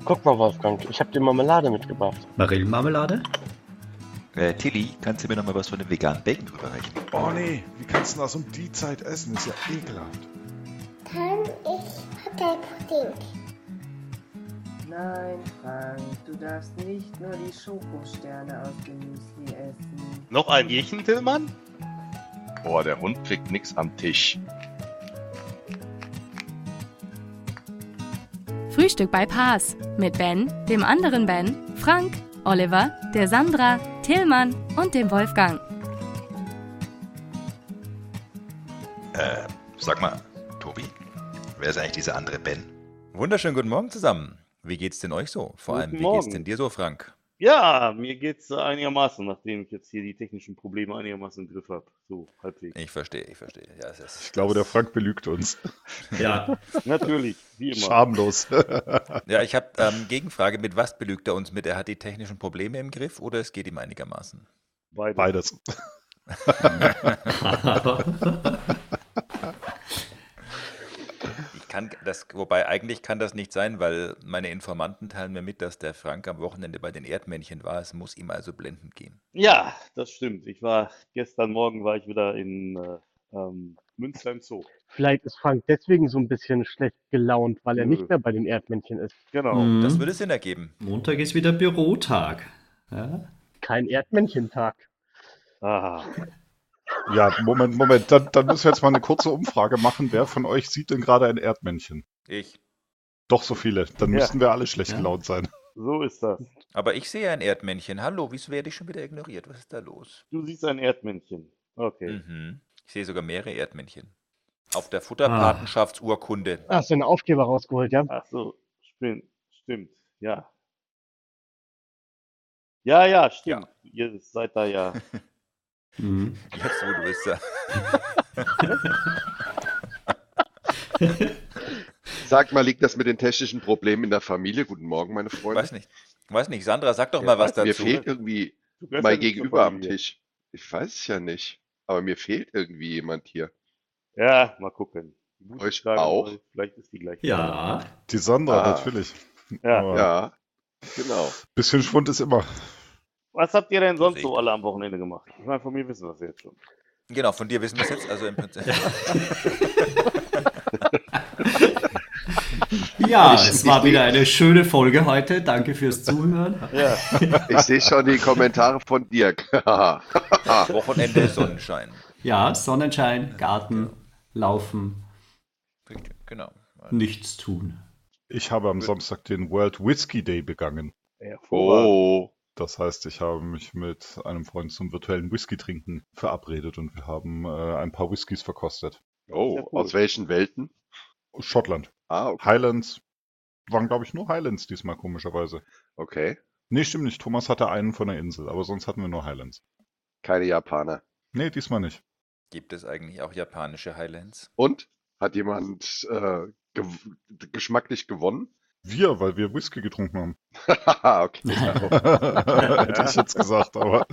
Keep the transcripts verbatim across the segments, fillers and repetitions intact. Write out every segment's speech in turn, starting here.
Guck mal, Wolfgang, ich habe dir Marmelade mitgebracht. Marillenmarmelade? Äh, Tilly, kannst du mir noch mal was von dem veganen Bacon rüberreichen? Oh nee, wie kannst du das um die Zeit essen? Ist ja ekelhaft. Kann ich Hotelpudding? Nein, Frank, du darfst nicht nur die Schokosterne aus dem Müsli essen. Noch ein Bierchen, Tillmann? Boah, der Hund kriegt nix am Tisch. Frühstück bei Paas mit Ben, dem anderen Ben, Frank, Oliver, der Sandra, Tillmann und dem Wolfgang. Äh, sag mal, Tobi, wer ist eigentlich dieser andere Ben? Wunderschönen guten Morgen zusammen. Wie geht's denn euch so? Vor allem, Guten wie geht's Morgen. denn dir so, Frank? Ja, mir geht's äh, einigermaßen, nachdem ich jetzt hier die technischen Probleme einigermaßen im Griff habe. So, halbwegs. Ich verstehe, ich verstehe. Ja, es ist, Ich glaube, der Frank belügt uns. Ja. Natürlich, wie immer. Schamlos. Ja, ich habe ähm, Gegenfrage, mit was belügt er uns mit? Er hat die technischen Probleme im Griff oder es geht ihm einigermaßen? Beide. Beides. Ich kann das, wobei eigentlich kann das nicht sein, weil meine Informanten teilen mir mit, dass der Frank am Wochenende bei den Erdmännchen war. Es muss ihm also blendend gehen. Ja, das stimmt. Ich war, gestern Morgen war ich wieder in äh, ähm, Münster im Zoo. Vielleicht ist Frank deswegen so ein bisschen schlecht gelaunt, weil er Nö. nicht mehr bei den Erdmännchen ist. Genau. Mhm. Das würde Sinn ergeben. Montag ist wieder Bürotag. Ja? Kein Erdmännchentag. Ah, Ja, Moment, Moment. Dann, dann müssen wir jetzt mal eine kurze Umfrage machen. Wer von euch sieht denn gerade ein Erdmännchen? Ich. Doch so viele. Dann Ja. müssten wir alle schlecht Ja. gelaunt sein. so ist das. Aber ich sehe ein Erdmännchen. Hallo, wieso werde ich schon wieder ignoriert? Was ist da los? Du siehst ein Erdmännchen. Okay. Mhm. Ich sehe sogar mehrere Erdmännchen. Auf der Futterpatenschaftsurkunde. Ach, hast du einen Aufkleber rausgeholt, ja? Ach so, stimmt, stimmt, ja. Ja, ja, stimmt. Ihr seid da ja. Mhm. Jetzt, wo du bist. Ja. Sag mal, liegt das mit den technischen Problemen in der Familie? Guten Morgen, meine Freunde. Weiß nicht. Weiß nicht. Sandra, sag doch Ja, mal was weiß, Mir dazu. fehlt irgendwie Du gehörst mein ja nicht zur Gegenüber am Familie. Tisch. Ich weiß es ja nicht. Aber mir fehlt irgendwie jemand hier. Ja, mal gucken. Gute Euch Frage, auch? weil Vielleicht ist die gleiche. Ja. Die Sandra, Ah. natürlich. Ja. Aber Ja, genau. bisschen Schwund ist immer. Was habt ihr denn sonst sehe so ich. alle am Wochenende gemacht? Ich meine, von mir wissen wir es jetzt schon. Genau, von dir wissen wir es jetzt. Also im Prinzip. Ja, Ich- es war ich- wieder eine schöne Folge heute. Danke fürs Zuhören. Ja, Ich sehe schon die Kommentare von Dirk. Wochenende Sonnenschein. Ja, Sonnenschein, Garten, Laufen, Richtig, genau. nichts tun. Ich habe am Samstag den World Whisky Day begangen. hervorragend. Oh, Das heißt, ich habe mich mit einem Freund zum virtuellen Whisky-Trinken verabredet und wir haben äh, ein paar Whiskys verkostet. oh, Sehr cool. aus welchen Welten? Schottland. Ah, okay. Highlands. Waren, glaube ich, nur Highlands diesmal, komischerweise. okay. Nee, stimmt nicht. Thomas hatte einen von der Insel, aber sonst hatten wir nur Highlands. Keine Japaner. Nee, diesmal nicht. Gibt es eigentlich auch japanische Highlands? Und? Hat jemand äh, gew geschmacklich gewonnen? Wir, weil wir Whisky getrunken haben. Haha, okay. Hätte ich jetzt gesagt, aber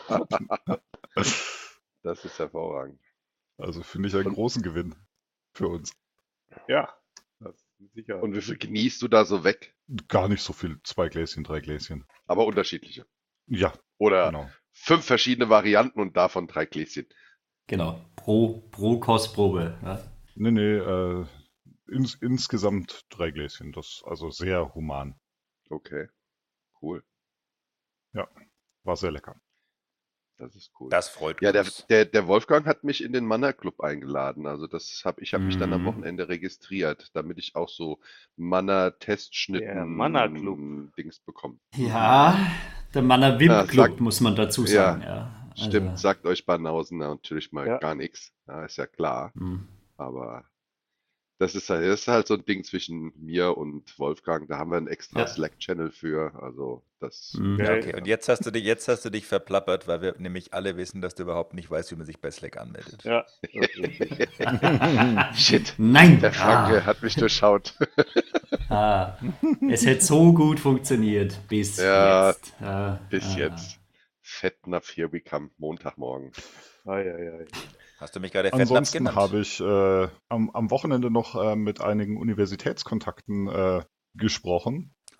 Das ist hervorragend. also finde ich einen großen Gewinn für uns. Ja, das ist mit Sicherheit. Und wie viel genießt du da so weg? Gar nicht so viel. Zwei Gläschen, drei Gläschen. Aber unterschiedliche. Ja, Oder genau. fünf verschiedene Varianten und davon drei Gläschen. Genau, pro, pro Kostprobe. Ja. Nee, nee, äh, ins, insgesamt drei Gläschen. Das also sehr human. Okay, cool. War sehr lecker. Das ist cool. Das freut Ja, der, uns. der, der Wolfgang hat mich in den Manna Club eingeladen. Also das habe ich habe mich dann am Mhm. Wochenende registriert, damit ich auch so Manna Der Testschnitten Manna Club. Dings bekomme. Ja, der Manner W I Ja, P Club, sag- muss man dazu Ja, sagen. Ja, Stimmt, also, sagt euch Banausen natürlich mal Ja. gar nichts. Ja, ist ja klar. hm. Aber das ist halt, das ist halt so ein Ding zwischen mir und Wolfgang. Da haben wir einen extra Ja. Slack-Channel für. Also das. Hm. Ja, Okay. okay. Und jetzt hast du dich, jetzt hast du dich verplappert, weil wir nämlich alle wissen, dass du überhaupt nicht weißt, wie man sich bei Slack anmeldet. Ja, das ist richtig. Shit, Nein! der Franke Ah, hat mich durchschaut. ah, es hätte so gut funktioniert bis Ja, jetzt. Ah, Bis ah. jetzt. Fettnapf here we come. Montagmorgen. Ei, ei, ei. Hast du mich gerade Fettnapf Ansonsten genannt? habe ich äh, am, am Wochenende noch äh, mit einigen Universitätskontakten äh, gesprochen.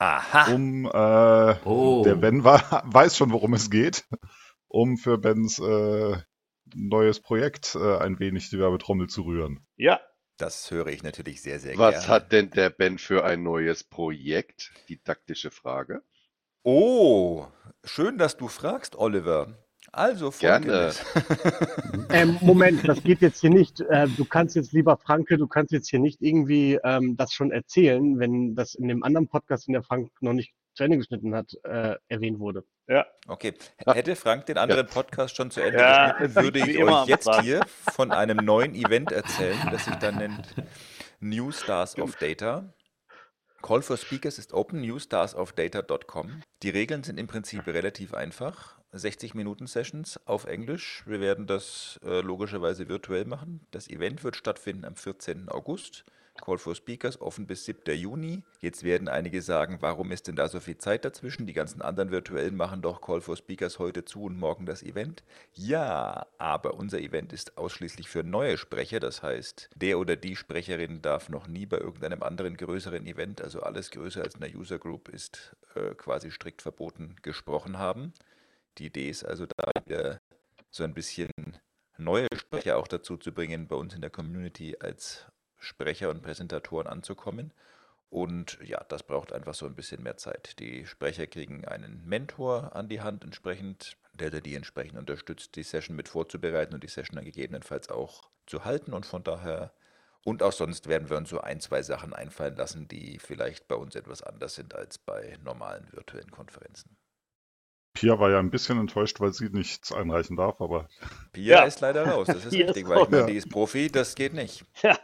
Aha. Um, äh, Oh. der Ben war, weiß schon, worum es geht, um für Bens äh, neues Projekt äh, ein wenig die Werbetrommel zu rühren. Ja. Das höre ich natürlich sehr, sehr Was gerne. hat denn der Ben für ein neues Projekt? Didaktische Frage. Oh, schön, dass du fragst, Oliver. Also Gerne. folgendes. Ähm, Moment, das geht jetzt hier nicht. Äh, du kannst jetzt, lieber Franke, du kannst jetzt hier nicht irgendwie ähm, das schon erzählen, wenn das in dem anderen Podcast, den der Frank noch nicht zu Ende geschnitten hat, äh, erwähnt wurde. Ja. Okay, hätte Frank den anderen Podcast schon zu Ende Ja, geschnitten, es würde liegt ich wie immer euch am jetzt Frank. hier von einem neuen Event erzählen, das sich dann nennt New Stars of Data. Call for Speakers ist open, new stars of data dot com. Die Regeln sind im Prinzip relativ einfach. sechzig Minuten Sessions auf Englisch. Wir werden das äh, logischerweise virtuell machen. Das Event wird stattfinden am vierzehnten August. Call for Speakers offen bis siebten Juni. Jetzt werden einige sagen, warum ist denn da so viel Zeit dazwischen? Die ganzen anderen virtuellen machen doch Call for Speakers heute zu und morgen das Event. Ja, aber unser Event ist ausschließlich für neue Sprecher. Das heißt, der oder die Sprecherin darf noch nie bei irgendeinem anderen größeren Event, also alles größer als eine User Group ist, äh, quasi strikt verboten gesprochen haben. Die Idee ist also da wieder so ein bisschen neue Sprecher auch dazu zu bringen, bei uns in der Community als Sprecher und Präsentatoren anzukommen. Und ja, das braucht einfach so ein bisschen mehr Zeit. Die Sprecher kriegen einen Mentor an die Hand entsprechend, der der die entsprechend unterstützt, die Session mit vorzubereiten und die Session dann gegebenenfalls auch zu halten. Und von daher, und auch sonst werden wir uns so ein, zwei Sachen einfallen lassen, die vielleicht bei uns etwas anders sind als bei normalen virtuellen Konferenzen. Pia war ja ein bisschen enttäuscht, weil sie nichts einreichen darf, aber Pia Ja. ist leider raus, das ist Pia richtig, ist weil ich raus. meine, Ja. die ist Profi, das geht nicht. Ja.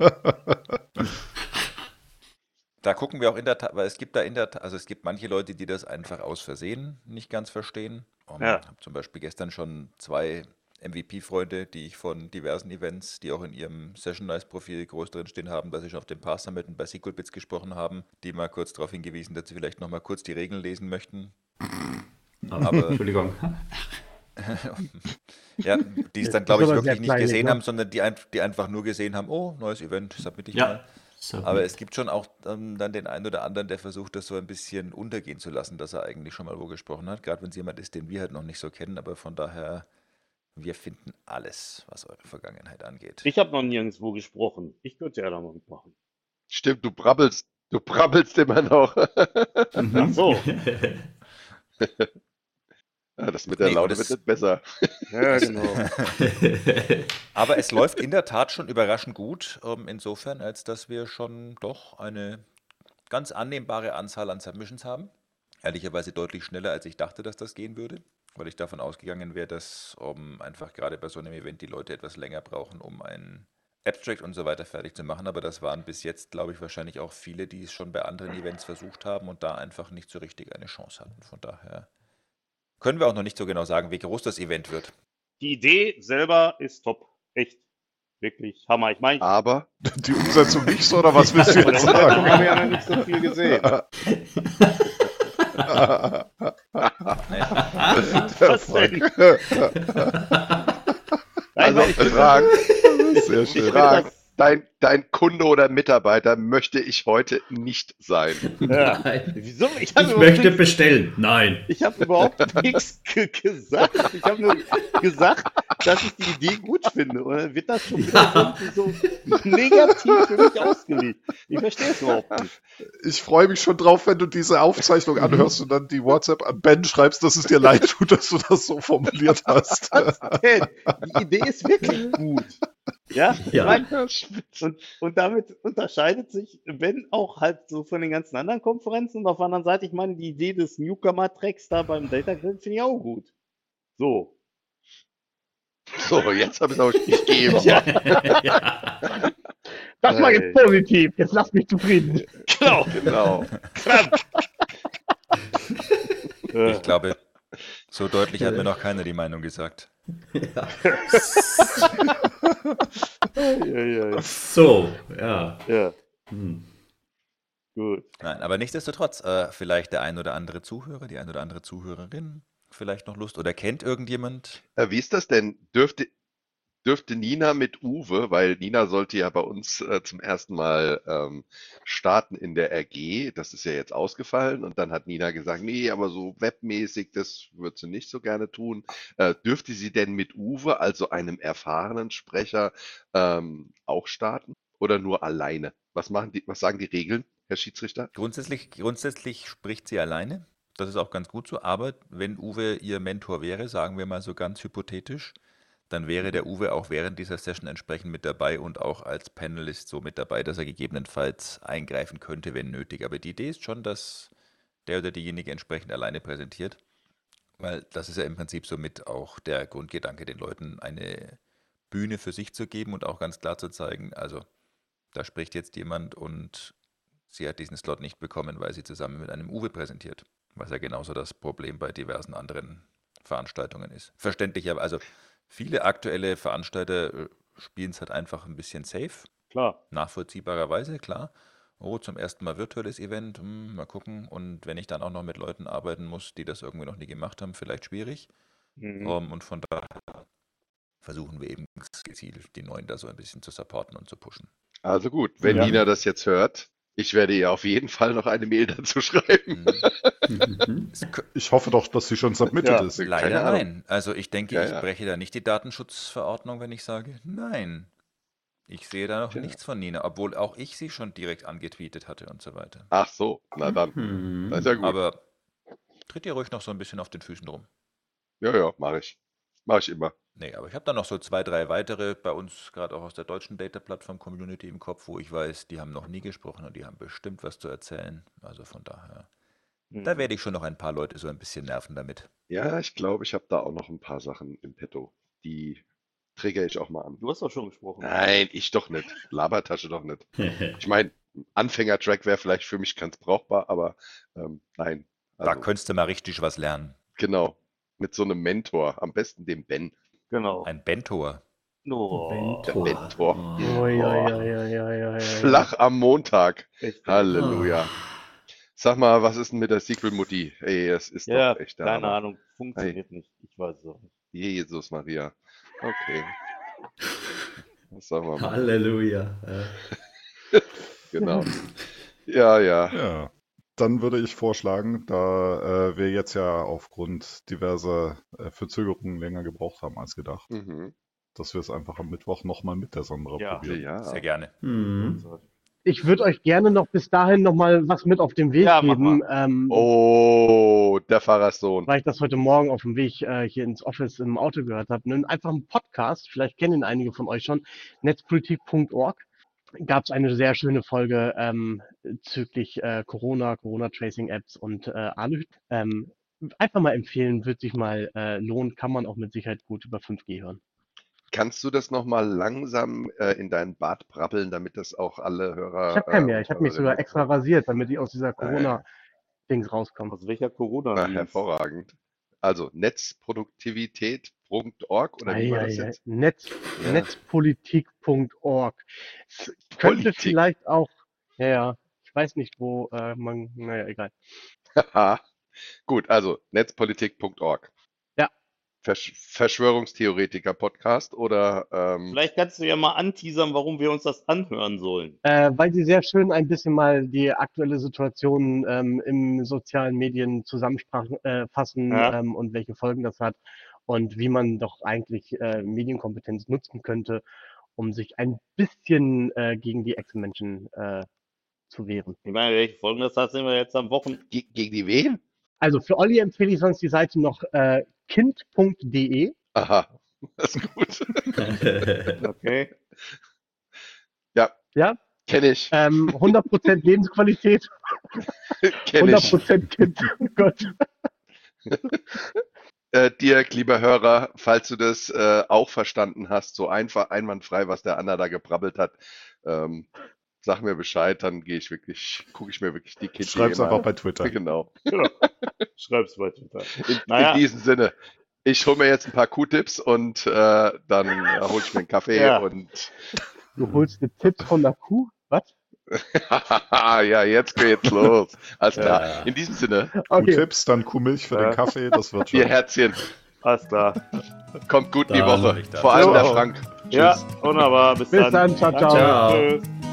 Da gucken wir auch in der Tat, weil es gibt da in der Tat, also es gibt manche Leute, die das einfach aus Versehen nicht ganz verstehen. Um, Ja. Ich habe zum Beispiel gestern schon zwei M V P-Freunde, die ich von diversen Events, die auch in ihrem Session-Nice-Profil groß drin stehen haben, dass sie schon auf dem Pass Summit und bei S Q L Bits gesprochen haben, die mal kurz darauf hingewiesen, dass sie vielleicht nochmal kurz die Regeln lesen möchten. Aber Entschuldigung. ja, die es dann, Das glaube ist ich, aber sehr wirklich nicht kleinlich, gesehen ne? haben, sondern die, ein, die einfach nur gesehen haben, oh, neues Event, submit ich Ja. mal. So. Aber es gibt schon auch ähm, dann den einen oder anderen, der versucht, das so ein bisschen untergehen zu lassen, dass er eigentlich schon mal wo gesprochen hat, gerade wenn es jemand ist, den wir halt noch nicht so kennen, aber von daher, wir finden alles, was eure Vergangenheit angeht. Ich habe noch nirgendwo gesprochen. Ich könnte ja da mal mitmachen. Stimmt, du brabbelst. Du brabbelst immer noch. Mhm. Ach so. Ja, das mit der Nee, Laune und es- wird nicht besser. Ja, genau. Aber es läuft in der Tat schon überraschend gut, ähm, insofern, als dass wir schon doch eine ganz annehmbare Anzahl an Submissions haben. Ehrlicherweise deutlich schneller, als ich dachte, dass das gehen würde, weil ich davon ausgegangen wäre, dass um, einfach gerade bei so einem Event die Leute etwas länger brauchen, um ein Abstract und so weiter fertig zu machen. Aber das waren bis jetzt, glaube ich, wahrscheinlich auch viele, die es schon bei anderen Events versucht haben und da einfach nicht so richtig eine Chance hatten. Von daher können wir auch noch nicht so genau sagen, wie groß das Event wird. Die Idee selber ist top. Echt. Wirklich Hammer. Ich meine, Aber die Umsetzung nicht so, oder was willst du von der jetzt Umsetzung sagen? haben wir ja noch nicht so viel gesehen. Was denn? Nein, also weil ich finde, Frank, Sehr ich schön. finde Frank, das, dein, dein Kunde oder Mitarbeiter möchte ich heute nicht sein. ja. Nein. Wieso? Ich, hab Ich überhaupt möchte nichts- bestellen. Nein. Ich habe überhaupt nichts ge gesagt. Ich habe nur gesagt, dass ich die Idee gut finde. Und dann wird das schon wieder irgendwie so negativ für mich ausgelegt. Ich verstehe es überhaupt nicht. Ich freue mich schon drauf, wenn du diese Aufzeichnung anhörst und dann die WhatsApp an Ben schreibst, dass es dir leid tut, dass du das so formuliert hast. Was denn? Die Idee ist wirklich gut. Ja, ich Ja. meine, und, und damit unterscheidet sich Ben auch halt so von den ganzen anderen Konferenzen. Und auf der anderen Seite, ich meine, die Idee des Newcomer-Tracks da beim Data Grill finde ich auch gut. So. So, jetzt habe ich es auch nicht gegeben. Ja. Das war Ey. jetzt positiv. Jetzt lass mich zufrieden. Genau. Genau. Ich glaube, so deutlich hat mir noch keiner die Meinung gesagt. Ja, ja, ja. So, ja. ja, Hm. gut. Nein, aber nichtsdestotrotz, äh, vielleicht der ein oder andere Zuhörer, die ein oder andere Zuhörerin vielleicht noch Lust oder kennt irgendjemand? Äh, wie ist das denn? Dürfte, dürfte Nina mit Uwe, weil Nina sollte ja bei uns äh, zum ersten Mal ähm, starten in der R G. Das ist ja jetzt ausgefallen. Und dann hat Nina gesagt, nee, aber so webmäßig, das wird sie nicht so gerne tun. Äh, dürfte sie denn mit Uwe, also einem erfahrenen Sprecher, ähm, auch starten? Oder nur alleine? Was machen die, was sagen die Regeln, Herr Schiedsrichter? Grundsätzlich, grundsätzlich spricht sie alleine. Das ist auch ganz gut so. Aber wenn Uwe ihr Mentor wäre, sagen wir mal so ganz hypothetisch, dann wäre der Uwe auch während dieser Session entsprechend mit dabei und auch als Panelist so mit dabei, dass er gegebenenfalls eingreifen könnte, wenn nötig. Aber die Idee ist schon, dass der oder diejenige entsprechend alleine präsentiert, weil das ist ja im Prinzip somit auch der Grundgedanke, den Leuten eine Bühne für sich zu geben und auch ganz klar zu zeigen, also da spricht jetzt jemand und sie hat diesen Slot nicht bekommen, weil sie zusammen mit einem Uwe präsentiert, was ja genauso das Problem bei diversen anderen Veranstaltungen ist. Verständlich, aber also viele aktuelle Veranstalter spielen es halt einfach ein bisschen safe. Klar. Nachvollziehbarerweise, klar. Oh, zum ersten Mal virtuelles Event, hm, mal gucken. Und wenn ich dann auch noch mit Leuten arbeiten muss, die das irgendwie noch nie gemacht haben, vielleicht schwierig. Mhm. Um, und von daher versuchen wir eben gezielt, die Neuen da so ein bisschen zu supporten und zu pushen. Also gut, wenn Ja. Nina das jetzt hört, ich werde ihr auf jeden Fall noch eine Mail dazu schreiben. Es kö- Ich hoffe doch, dass sie schon submitted Ja. ist. Leider Keine Ahnung. nein. Also ich denke, Ja, ich ja. breche da nicht die Datenschutzverordnung, wenn ich sage nein. Ich sehe da noch Tja. nichts von Nina, obwohl auch ich sie schon direkt angetweetet hatte und so weiter. Ach so, na dann, Hm. das ist ja gut. Aber tritt ihr ruhig noch so ein bisschen auf den Füßen rum. Ja, ja, mache ich. Mache ich immer. Nee, aber ich habe da noch so zwei, drei weitere bei uns, gerade auch aus der deutschen Data-Plattform-Community im Kopf, wo ich weiß, die haben noch nie gesprochen und die haben bestimmt was zu erzählen. Also von daher, da Mhm. werde ich schon noch ein paar Leute so ein bisschen nerven damit. Ja, ich glaube, ich habe da auch noch ein paar Sachen im Petto. Die triggere ich auch mal an. Du hast doch schon gesprochen. Nein, ich doch nicht. Labertasche doch nicht. Ich meine, Anfänger-Track wäre vielleicht für mich ganz brauchbar, aber ähm, nein. Da Also, könntest du mal richtig was lernen. genau. Mit so einem Mentor. Am besten dem Ben. Genau. Ein Bentor. Oh, Der Bentor. Mentor. Oh. Ui, ui, ui, ui, ui, ui. Flach am Montag. echt. Halleluja. Sag mal, was ist denn mit der Sequel-Mutti? Ey, das ist Ja, doch echt der keine Hammer. Ahnung. Funktioniert nicht. Ich weiß es auch nicht. Jesus Maria. Okay. Was sagen wir mal? Halleluja. Ja. Genau. Ja, ja. Ja, dann würde ich vorschlagen, da äh, wir jetzt ja aufgrund diverser äh, Verzögerungen länger gebraucht haben als gedacht, Mhm. dass wir es einfach am Mittwoch nochmal mit der Sandra Ja. probieren. Ja. Sehr gerne. Hm. Ich würde euch gerne noch bis dahin noch mal was mit auf den Weg Ja, mach geben, ähm, Oh, der Pfarrerssohn. weil ich das heute Morgen auf dem Weg äh, hier ins Office im Auto gehört habe. Nun einfach ein Podcast, vielleicht kennen ihn einige von euch schon, netzpolitik punkt org. Gab es eine sehr schöne Folge ähm, züglich äh, Corona, Corona-Tracing-Apps und äh, Aluhüt. Ähm, einfach mal empfehlen, wird sich mal äh, lohnen, kann man auch mit Sicherheit gut über fünf G hören. Kannst du das nochmal langsam äh, in deinen Bart brabbeln, damit das auch alle Hörer. Ich habe keinen äh, mehr, und ich habe mich sogar Hörerinnen extra hören? rasiert, damit ich aus dieser Corona-Dings rauskomme. Aus welcher corona Na, hervorragend. Also netzproduktivität punkt org oder wie war das Ei, ei, ei. jetzt? Netz, Ja. netzpolitik punkt org. Es könnte Politik. vielleicht auch, ja, ja, ich weiß nicht, wo äh, man, naja, egal. Haha. Gut, also netzpolitik punkt org. Ja. Versch Verschwörungstheoretiker-Podcast oder ähm, Vielleicht kannst du ja mal anteasern, warum wir uns das anhören sollen. Äh, weil sie sehr schön ein bisschen mal die aktuelle Situation ähm, im sozialen Medien zusammenfassen äh, fassen, Ja. ähm, und welche Folgen das hat und wie man doch eigentlich äh, Medienkompetenz nutzen könnte, um sich ein bisschen äh, gegen die Echsenmenschen äh, zu wehren. Ich meine, welche Folgen das hat, sind wir jetzt am Wochen. ge gegen die wen? Also für Olli empfehle ich sonst die Seite noch äh, kind punkt de. Aha, das ist gut. Okay. Ja, Ja, kenne ich. ähm, hundert Prozent Lebensqualität, Kenn hundert ich. Prozent Kind. Oh Gott. Äh, Dirk, lieber Hörer, falls du das äh, auch verstanden hast, so einfach einwandfrei, was der Anna da gebrabbelt hat, ähm, sag mir Bescheid, dann gehe ich wirklich, gucke ich mir wirklich die Kids Schreib's einfach bei Twitter. Genau. Genau. Schreib's bei Twitter. In, Naja. in diesem Sinne, ich hole mir jetzt ein paar Q-Tips und äh, dann äh, hole ich mir einen Kaffee Ja. und Du holst dir Tipps von der Kuh? Was? ja, jetzt geht's los. Alles klar. Ja. In diesem Sinne, Okay. Q-Tips, dann Kuhmilch für Ja. den Kaffee, das wird schon. vier Herzchen. Alles klar. Kommt gut in die Dann Woche. ich das. Vor allem Jo. der Frank. Ja, Tschüss. wunderbar. Bis, Bis dann. dann, ciao, ciao. Danke. Ciao. Tschüss.